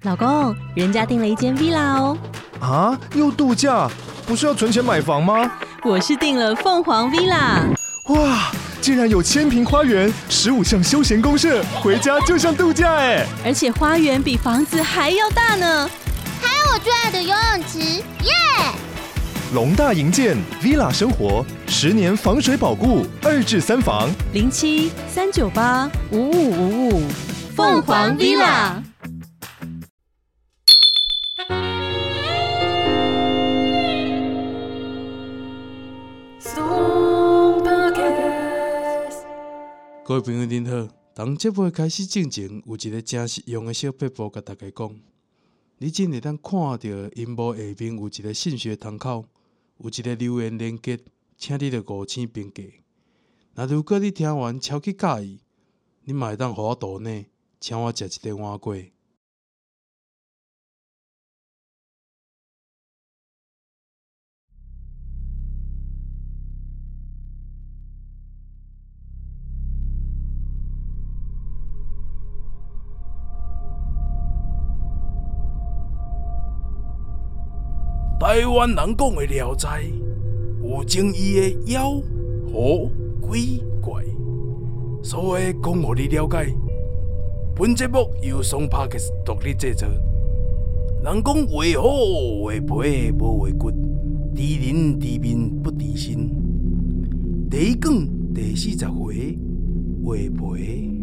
老公，人家订了一间 villa 哦。 啊，又度假？不是要存钱买房吗？ 我是订了凤凰 villa。 哇，竟然有1000坪花园，15项休闲公社，回家就像度假哎！ 而且花园比房子还要大呢。 还有我最爱的游泳池，耶！ 龙大营建 villa 生活，10年防水保固，2至3房 07-398-5555，凤凰 villa。 各位朋友您好，当节目开始之前，有一个真实用的小撇步，甲大家讲，你真会当看到荧幕下面有一个信息窗口，有一个留言连结，请你着5星评价。那如果你听完超级介意，你嘛会当互我抖内，请我食一个碗粿。台湾人讲的《聊斋》，有情义的妖、狐、鬼、怪，所以讲互你了解。本节目由松 Podcast 独立制作。人讲话好话皮无话骨，知人知面不知心。第一讲第40回话皮。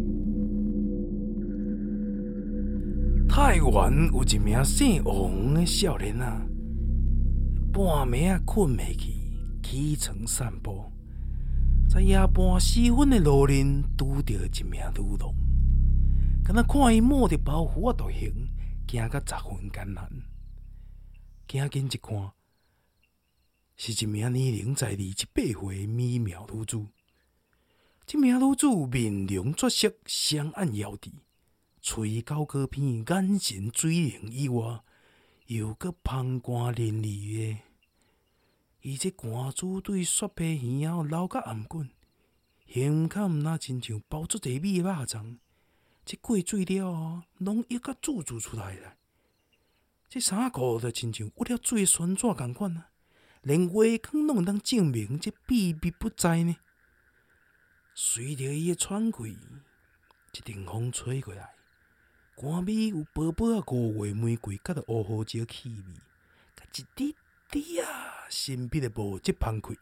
台湾有一名姓王的少年啊。半暝啊，困袂去，起床散步，在夜半时分的路面拄到一名女郎，敢若看伊摸着包袱啊，就行，行到10分艰难。行近一看，是一名年龄在28岁的美妙女子。这名女子面容绝色，双眼妖媕，喙高高片，眼神水灵以外，又搁芳寒淋漓的。伊这寒珠对雪皮耳后流甲颔管，胸坎若亲像包足济米的肉粽，这过水了后，拢溢甲注出来了。这衫裤就亲像捂了水的旋纸共款啊，连画框拢通证明这秘密不在呢。随着伊的喘气，一阵风吹过来，寒味有薄薄啊5月玫瑰甲着乌胡椒气味，甲一滴滴啊神秘的无质芳气。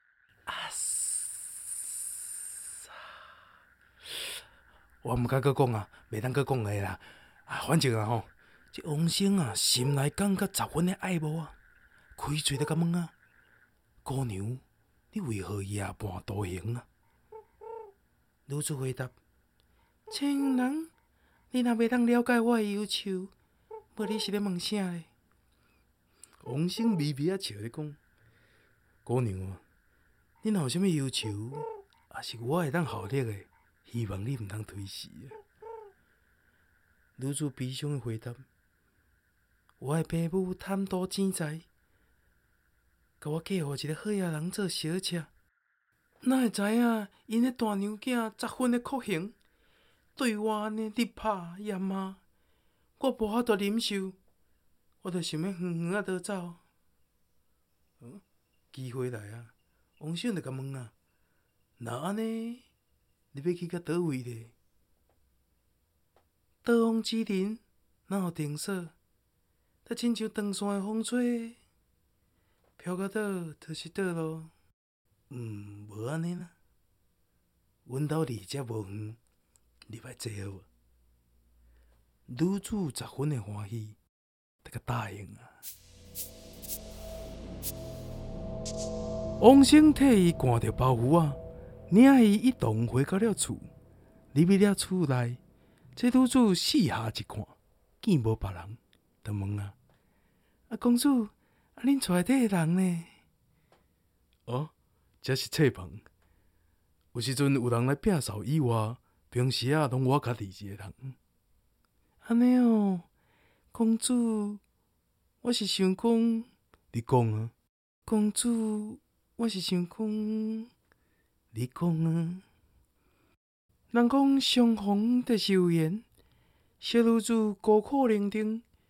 我毋敢搁讲啊，袂当搁讲个啦。反正啊吼，这王生啊，心内感觉10分的爱慕啊，开嘴就甲问啊：姑娘，你为何夜半独行啊？女子回答：情人，你若袂当了解我的忧愁，无你是咧问啥咧？王生微微啊笑咧讲：姑娘啊，你若有啥物忧愁，也是我会当效力的，希望你毋通推辞啊。女子悲伤的回答：我的爸母贪图钱财，甲我嫁予一个好野人做小妾，哪会知影因迄大娘囝10分的酷刑，对我安尼日拍夜骂，我无法度忍受，我就想要远远啊逃走。机会来啊！王生就甲问啊：那安尼，你要去到倒位咧？倒风之人哪有定数？就亲像长线的风吹，飘到倒就是倒咯。无安尼啦。阮兜离遮无远，你来坐好无？女子10分的欢喜，就甲答应啊。王生替伊赶着包袱啊，领伊一同回到了厝。入去了厝内，这女子四下一看，见无别人，就问啊：公主，恁厝内底的人呢？这是册房。有时阵有人来摒扫以外，平时啊拢我家己一个人。安尼哦，公主，我是想讲，你讲啊，公主。我是想讲，你讲啊。人讲相逢就是有缘，小女子孤苦伶仃，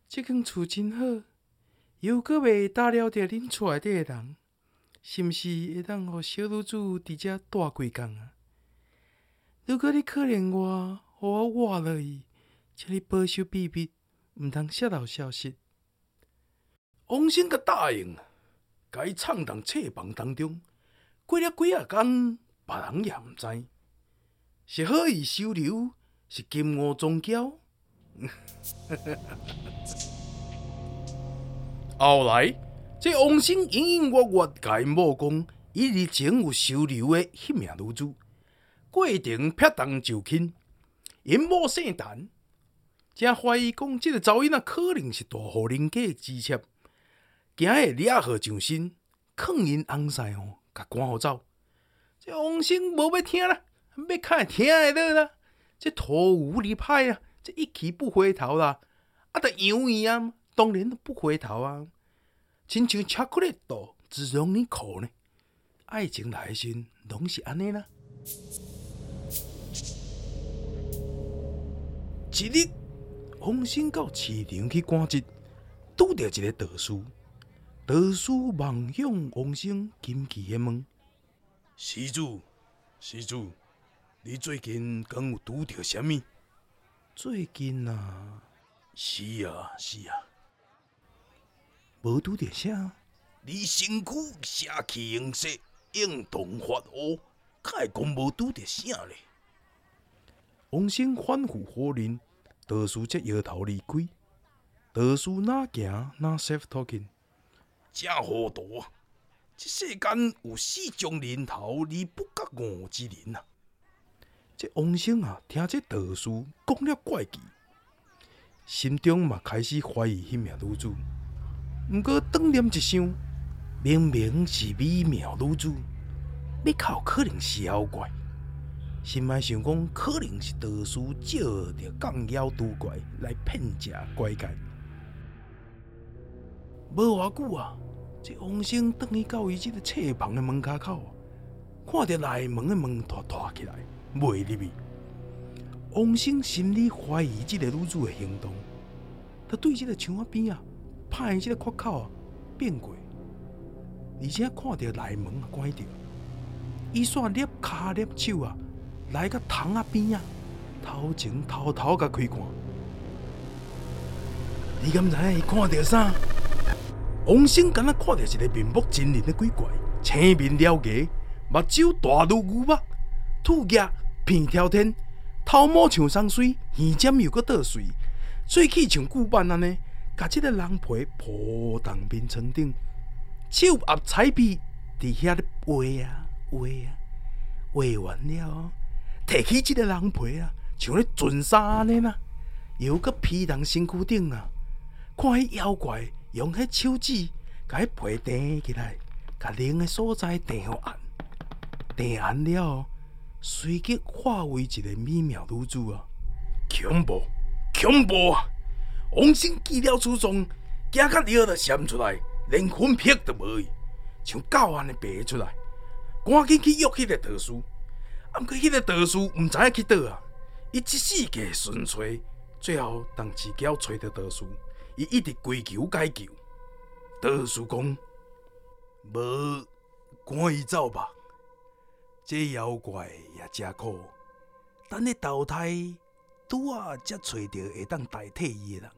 这间厝真好，又阁袂打扰着恁厝内底的人，是毋是会当互小女主伫遮住几工啊？如果你可怜我，互我活落去，请你保守秘密，毋通泄露消息。王生甲答应，甲伊藏伫册房当中，过了几啊天，别人也毋知。是好意收留，是金乌宗教。后来，这王生隐隐约约甲因某讲，伊日前有收留的迄名女子，过程撇动就轻，因某姓陈，正怀疑讲这个查某囡仔可能是大户人家的支妾，惊会惹祸上身，劝因翁婿甲赶互走。这王生无要听啦。要看听会到啦，这土无理歹啊，这一去不回头啦，就养伊啊，当然不回头啊，亲像巧克力豆只容你苦呢，爱情来的时拢是安尼啦。一日，王生到市场去赶集，拄着一个道士，道士望向王生，惊奇的问：“施主，施主。”你最近敢有拄着啥物？最近啊，是啊，无拄着啥？你身躯邪气盈色，应动发乌，敢会讲无拄着啥咧？王生反复否认，道士则摇头离开。道士哪行哪 safe talking， 真糊涂啊！这世间有四种人头，而不觉悟之人啊！这王生啊，听这道士讲了怪奇，心中嘛开始怀疑迄名女子。毋过转念一想，明明是美妙女子，要靠可能是妖怪。心内想讲，可能是道士借着降妖拄怪来骗食怪界。无偌久啊，这王生转去到伊这个册房的门口啊，看到内门的门拖起来。袂入去，王生心里怀疑这个女子的行动，他对这个墙仔边啊，拍这个缺口啊变过，而且看到内门啊关着，伊煞捏骹捏手啊，来到窗仔边啊，头前偷偷甲开看。你敢知伊看到啥？王生敢若看到一个面目狰狞的鬼怪，青面獠牙，目睭大如牛目，兔牙。片挑天，头毛像松水，耳尖又搁倒水，喙齿像骨板安尼，甲这个人皮铺动面床顶，手握彩笔伫遐咧画啊画啊，画完了，摕起这个人皮啊，像咧准衫安尼啦，又搁披动身躯顶啊，看迄妖怪用迄手指甲迄皮钉起来，甲拧的所在钉互暗，钉暗了。随即化为一个美妙女子啊！恐怖啊！王生见了此状，惊甲尿都闪出来，连魂魄都无去，像狗安尼爬出来，赶紧去约迄个道士。啊，毋过迄个道士毋知影去倒啊！伊一世界寻找，最后当市郊找到道士，伊一直跪求解救。道士讲：无，赶伊走吧。这妖怪也真苦，等你投胎，拄啊才找到会当代替伊的人，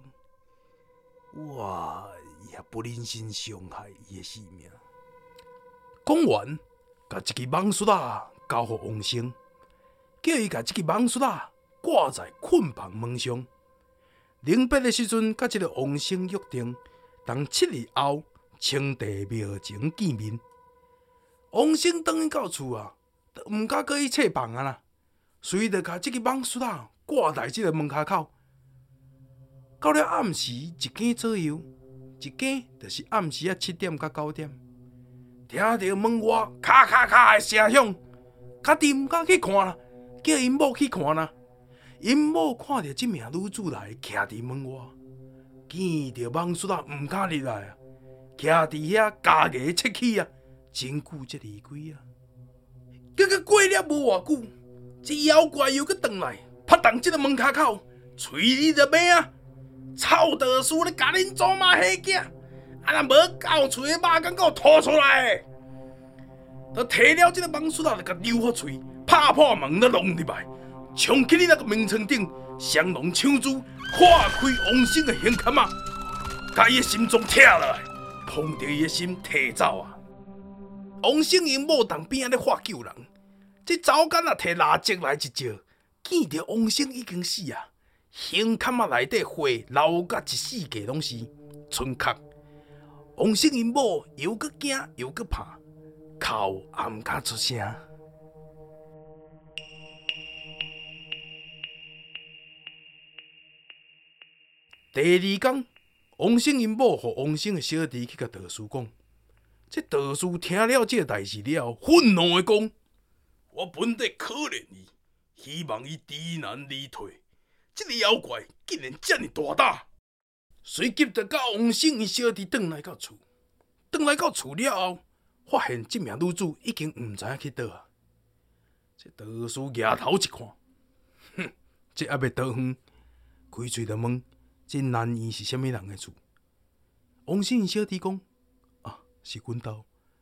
我也不忍心伤害伊的性命。讲完，把一支蟒梳啊交予王生，叫伊把这支蟒梳啊挂在困房门上。临别的时阵，甲这个王生约定，当7日后清地庙前见面。王生转去到厝啊。毋敢搁去册房啊啦，随着甲这个蟒梳啊挂在这个门骹口。到了暗时1更左右，1更就是暗时7点到9点，听到门外咔咔咔的声响，家己毋敢去看啦，叫因某去看啦。因某看到这名女子来，徛伫门外，见到蟒梳啊毋敢入来啊，徛伫遐家己切气啊，真久才离开啊。结果过了无偌久，这妖怪又搁转来，拍动这个门骹口，喙里就骂啊！ 臭道士咧，甲恁祖妈下囝，若无咬喙的肉干给我吐出来！他摕了这个蟒梳啊，就甲溜好喙，拍破门就弄入来，冲去你那个门床顶，双龙抢珠，划开王生的胸坎啊，甲伊的心脏拆落来，碰着伊的心摕走啊！王生因某当边仔咧喝救人，这走干啊摕蜡烛来一照，见着王生已经死啊，胸坎啊内底火流甲一世界拢是春壳。王生因某又搁惊又搁怕，哭也毋敢出声。第二天，王生因某和王生的小弟去甲道士讲，这道士听了这代志了后，愤怒的讲：“我本地可怜伊，希望伊知难而退。这个妖怪竟然这么大胆！”随即就甲王生因小弟转来到厝，了后，发现这名女子已经毋知影去倒啊。这道士举头一看，哼，这还袂倒远，开嘴就问。这男婴是虾米人的厝？王生因小弟讲：“啊，是阮兜。”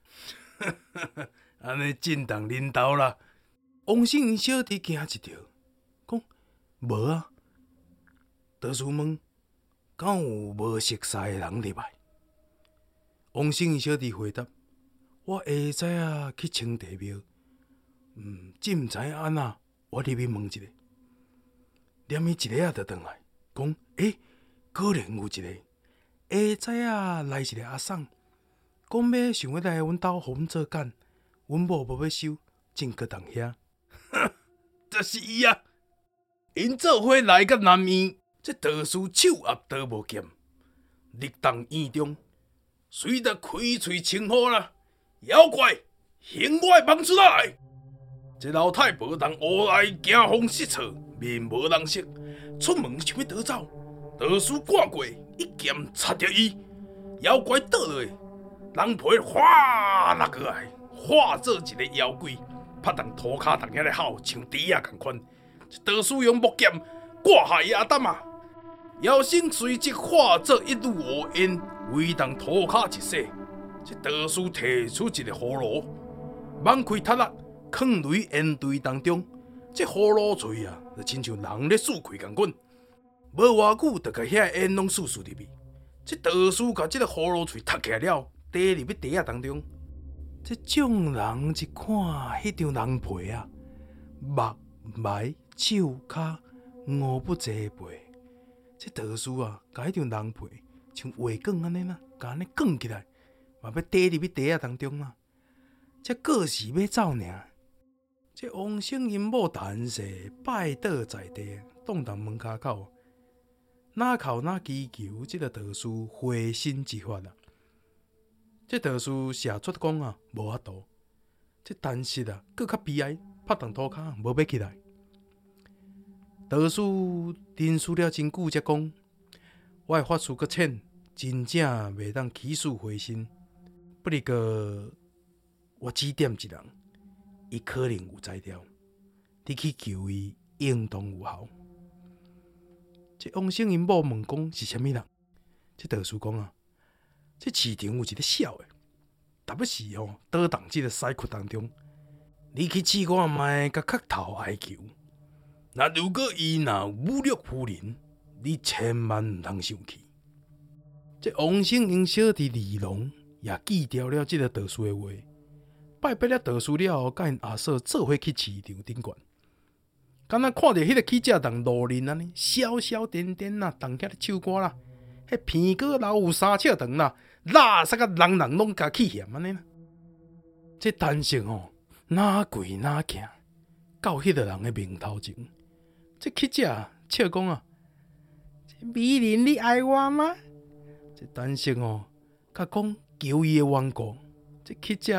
安尼真当恁兜啦。王生因小弟惊一跳，讲：“无啊。”道士问：“敢有无熟识的人入来？”王生因小弟回答：“我下早啊去清地庙，真毋知影安那，我入去问一下。”念伊一个仔就转来，讲：“可能有一个下早啊来一个阿送，讲想要来阮兜，互阮做干，阮某无要收，真搁当遐。就是伊啊！因做伙来到南院，这道士手握刀无剑，立当院中，随着开喙称呼啦：“妖怪，行我的蟒出来！”这老太无人乌来，惊慌失措，面无人色，出门想要逃走。道士赶过，一剑插着伊，妖怪倒落，人皮哗落过来，化作一个妖怪，拍动涂骹动遐咧吼，像猪仔共款。道士用木剑挂下亚当啊，妖精随即化作一缕乌烟，围动涂骹一洗。这道士摕出一个葫芦，挽开塔仔，放入烟堆当中。这葫芦嘴啊，就亲像人咧输气共款。无偌久，就甲遐烟拢输入去。这道士甲这个葫芦嘴踢起来了，滴入去地仔当中。这众人一看，迄张人皮啊，目、眉、手、骹五不齐背。这道士啊，甲迄张人皮像画卷安尼啦，甲安尼卷起来，嘛要滴入去地仔当中啦。这个是要走呢。这王生因某陈氏拜倒在地，挡当门骹口。哪哭哪祈求，这个道士回心之法啊！这道士谢绝讲啊，无法度。这陈氏啊，搁较悲哀，拍动涂骹，无要起来。道士沉思了真久，才讲：“我的法术搁浅，真正袂当起死回生。不过，我指点一人，伊可能有才调，你去求伊，应当有效。”这王生因某问讲是虾米人？这道士讲啊，这市场有一个小的，特别是倒动这个屎窟当中，你去试看卖，甲磕头哀求。那如果伊若侮辱夫人，你千万唔通生气。这王生因小弟李龙也记掉了这个道士的话，拜拜了道士了后，甲因阿嫂做伙去市场顶悬。敢若看到迄个记者同路人安尼，笑笑颠颠啦，同遐咧唱歌啦，迄鼻哥老有3尺长啦，垃圾甲人拢甲气嫌安尼啦。这陈氏哪跪哪行，到迄个人的面头前，这记者笑讲啊，这美人你爱我吗？这陈氏甲讲求伊的缘故，这记者，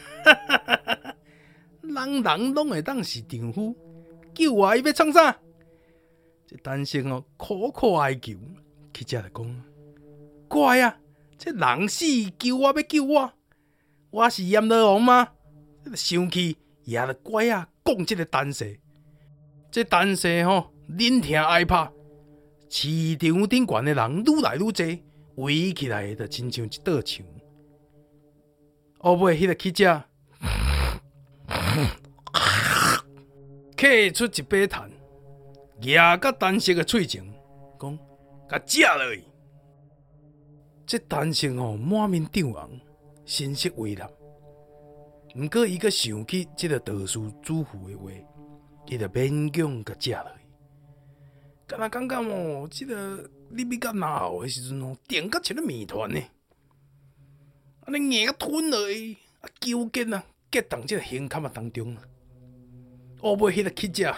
人拢会当是丈夫。救我！伊要创啥？这陈氏苦苦哀求，记者就讲：“怪啊！这人死救我要救我，我是阎罗王吗？”生气也就怪啊，讲这个陈氏。这陈氏忍痛挨拍， 市场顶悬的人愈来愈多，围起来就亲像一道墙。后尾迄个记者揢出一把痰，夹到陈色的喙前，讲：甲食落去。这陈色满面涨红，神色威严。毋过伊阁想起即个道士祖父的话，伊就勉强甲食落去。敢若感觉即个入去到脑后的时阵甜甲像个面团呢，安尼硬甲吞落去，纠结结冻即个胸坎当中。后尾迄个记者，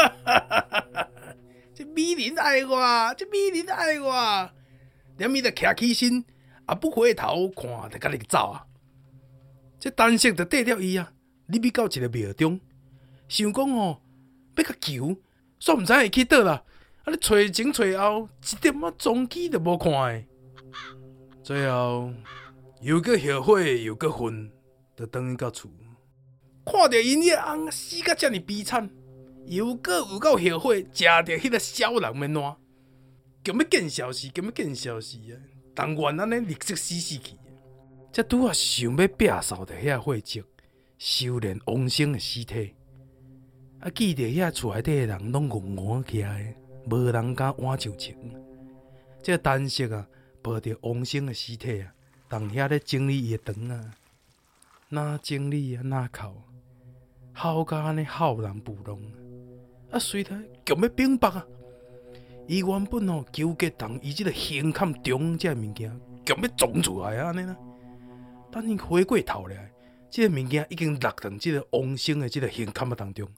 这美人爱我，这美人爱我，连伊就徛起身，也不回头看，就甲你走啊。这陈色就缀了伊啊，入去到一个庙中，想讲要甲求，煞毋知会去倒啦。啊！你找前找后，一点踪迹都无看诶。最后又搁后悔又搁恨，就转去到厝，看着因迄翁死甲遮尔悲惨，又搁有够后悔，食着迄个小人的烂，强要见消息，强要见消息啊！但愿安尼立即死去。才拄啊想要摒扫着遐血迹，修炼王生的尸体，啊记着遐厝内底的人拢戆戆起来。无人敢挽上前，这陈色啊，抱着王生的尸体啊，当遐咧整理伊的床啊，哪整理啊哪哭，哭甲安尼浩然不容啊！随他强要变白啊！伊原本纠结当伊即个胸坎中这物件，强要撞出来啊安尼啦。等伊回过头来，即个物件已经落dans即个王生的即个胸坎当中，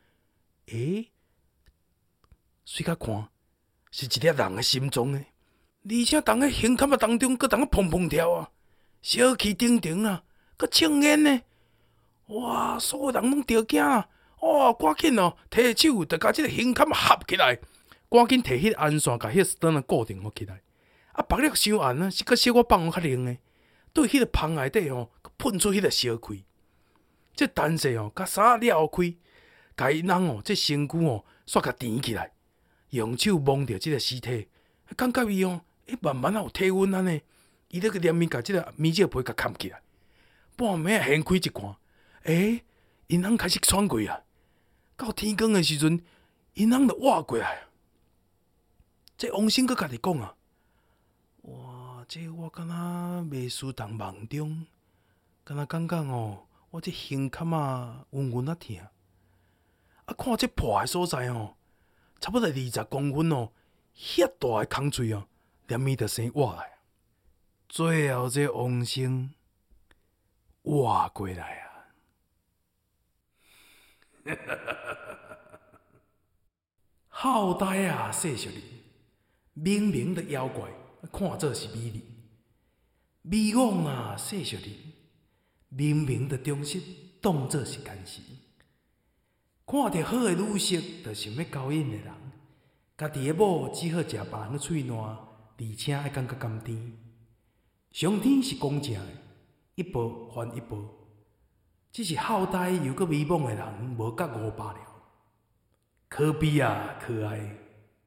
随甲看，是一粒人的心脏诶，而且当个胸坎当中，搁当个砰砰跳啊，小气腾腾啊，搁青烟呢。哇！所有人拢着惊啊！哇！赶紧摕手就甲即个胸坎合起来，赶紧摕迄个鞍线甲迄个绳固定好起来。啊，绑了伤暗啊，是搁小可放较灵诶，对迄个芳内底喷出迄个烧气。这陈色甲衫撩开，甲伊人这身躯煞甲填起来。用手摸着即个尸体，感觉伊慢慢有体温安尼，伊咧连面甲即个棉纸被甲盖起来。半暝掀开一看，因翁开始喘气啊！到天光的时阵，因翁就活过来。这王生阁家己讲啊，哇！这我敢若袂输当梦中，敢若感觉我这胸坎晕晕啊疼。啊，看这破的所在差不多20公分遐大的空喙连伊就生活来。最后这王生活过来啊！好呆啊，世俗人，明明的妖怪，看做是美人；美妄啊，世俗人，明明的忠实，当做是奸臣。看到好的女色，就想要勾引的人，家己的某只好食别人的喙烂，而且爱感觉甘甜。上天是公正的，一报还一报，只是好呆又阁美梦的人无觉悟罢了。可悲啊，可爱！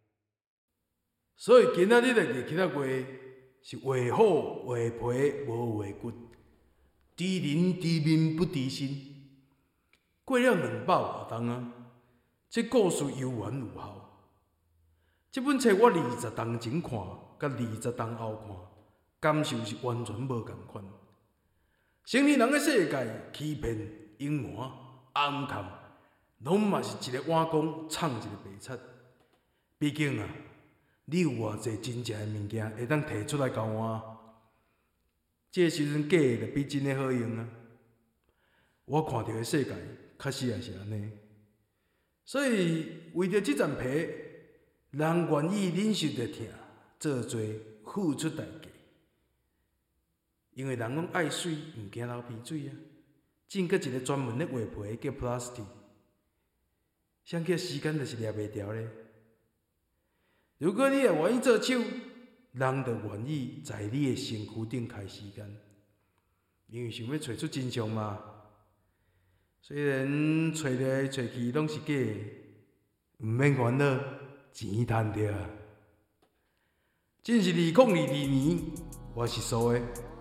所以今仔日的日期话是画虎画皮无画骨，知人知面不知心。过了200多冬啊，这故事悠然有效。这本册我20冬前看，甲20冬后看，感受是完全无同款。成年人的世界，欺骗、隐瞒、暗藏，拢嘛是一个碗公藏一个白贼。毕竟啊，你有偌济真正的物件会当摕出来交换，这时阵假的就比真的好用啊。我看到的世界，确实也是安尼。所以为着这层皮，人愿意忍受着疼，做做付出代价。因为人讲爱水，毋惊流鼻水啊。整个一个专门咧画皮叫 plastic， 谁叫时间就是抓袂牢咧？如果你也愿意做手，人就愿意在你的身躯顶开时间，因为想要找出真相嘛。虽然找来找去拢是假的，毋免烦恼，钱赚着。 正是2022年，我是苏的